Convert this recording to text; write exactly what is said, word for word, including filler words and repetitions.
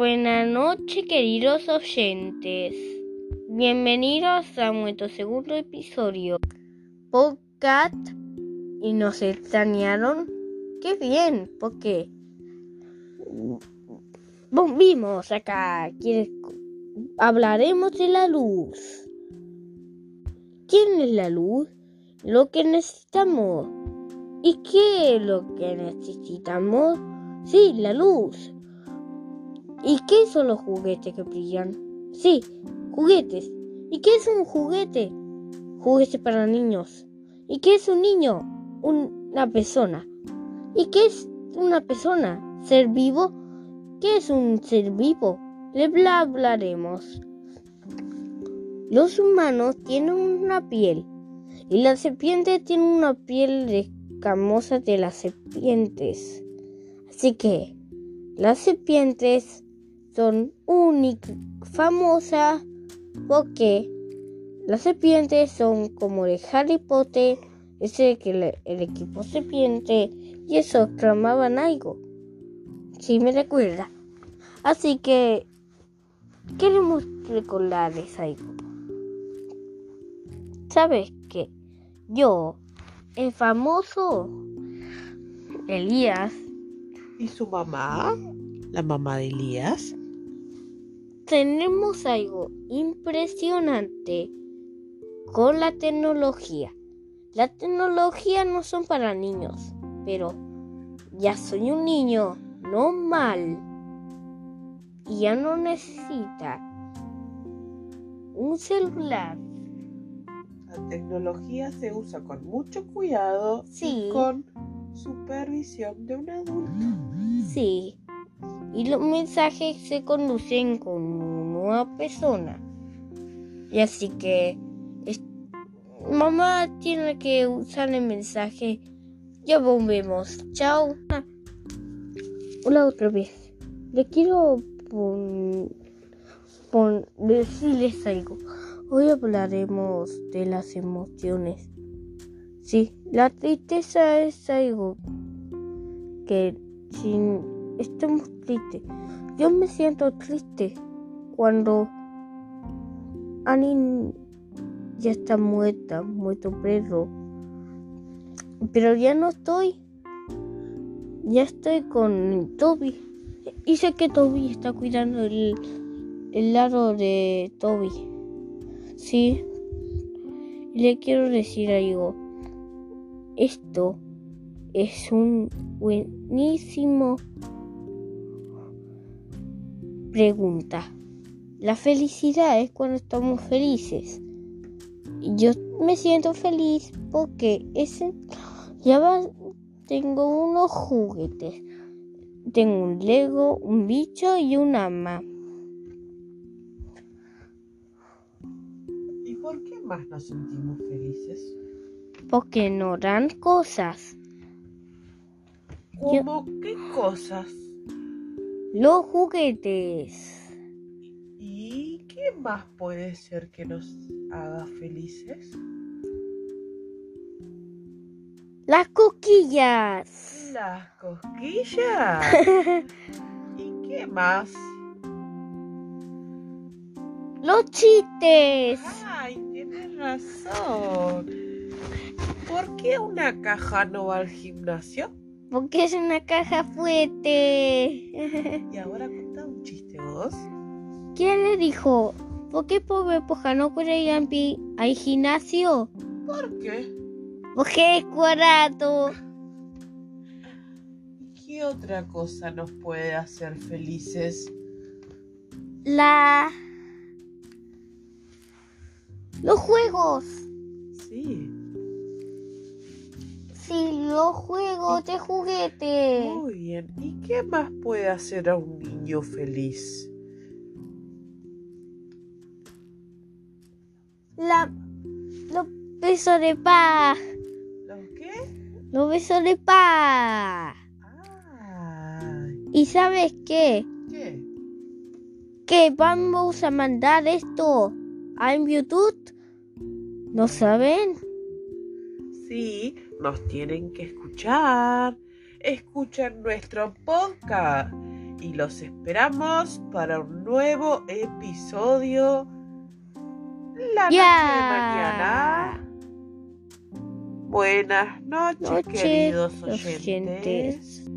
Buenas noches, queridos oyentes. Bienvenidos a nuestro segundo episodio. Podcast. ¿Y nos extrañaron? ¡Qué bien! Porque volvimos acá. ¿Quieres? Hablaremos de la luz. ¿Quién es la luz? Lo que necesitamos. ¿Y qué es lo que necesitamos? Sí, la luz. ¿Y qué son los juguetes que brillan? Sí, juguetes. ¿Y qué es un juguete? Juguete para niños. ¿Y qué es un niño? Una persona. ¿Y qué es una persona? ¿Ser vivo? ¿Qué es un ser vivo? Le bla hablaremos. Los humanos tienen una piel y las serpientes tienen una piel escamosa de las serpientes. Así que las serpientes son únicas, famosas, porque las serpientes son como de Harry Potter, ese que le, el equipo serpiente, y eso clamaban algo. Si me recuerda. Así que queremos recordarles algo. ¿Sabes qué? Yo, el famoso Elías. ¿Y su mamá? ¿La mamá de Elías? Tenemos algo impresionante con la tecnología. La tecnología no son para niños, pero ya soy un niño normal y ya no necesita un celular. La tecnología se usa con mucho cuidado Sí. y con supervisión de un adulto. Sí. Y los mensajes se conducen con una persona. Y así que es, mamá tiene que usar el mensaje. Ya volvemos. Chao. Hola otra vez. Le quiero pon, pon, decirles algo. Hoy hablaremos de las emociones. Sí, la tristeza es algo que sin estamos tristes. Yo me siento triste cuando Annie ya está muerta, muerto perro. Pero ya no estoy. Ya estoy con Toby. Y sé que Toby está cuidando el, el lado de Toby. Sí. Le quiero decir algo. Esto es un buenísimo pregunta. La felicidad es cuando estamos felices. Y yo me siento feliz porque ese, ya va, tengo unos juguetes. Tengo un Lego, un bicho y un ama. ¿Y por qué más nos sentimos felices? Porque no dan cosas. ¿Cómo qué cosas? Los juguetes. ¿Y qué más puede ser que nos haga felices? Las cosquillas. Las cosquillas. ¿Y qué más? Los chistes. Ay, tienes razón. ¿Por qué una caja no va al gimnasio? Porque es una caja fuerte. Y ahora contá un chiste vos. ¿Quién le dijo? ¿Por qué pobre Esponja no puede ir al pi- al gimnasio? ¿Por qué? Porque es cuadrado. ¿Qué otra cosa nos puede hacer felices? La... Los juegos. Sí. Sí, los juegos de juguete. Muy bien. ¿Y qué más puede hacer a un niño feliz? La... Los besos de paz. ¿Los qué? Los besos de paz. Ay, ¿Y sabes qué? ¿qué? Que vamos a mandar esto a YouTube. ¿No saben? Sí, nos tienen que escuchar. Escuchen nuestro podcast y los esperamos para un nuevo episodio la Ya. noche de mañana. Buenas noches, Noche, queridos oyentes. oyentes.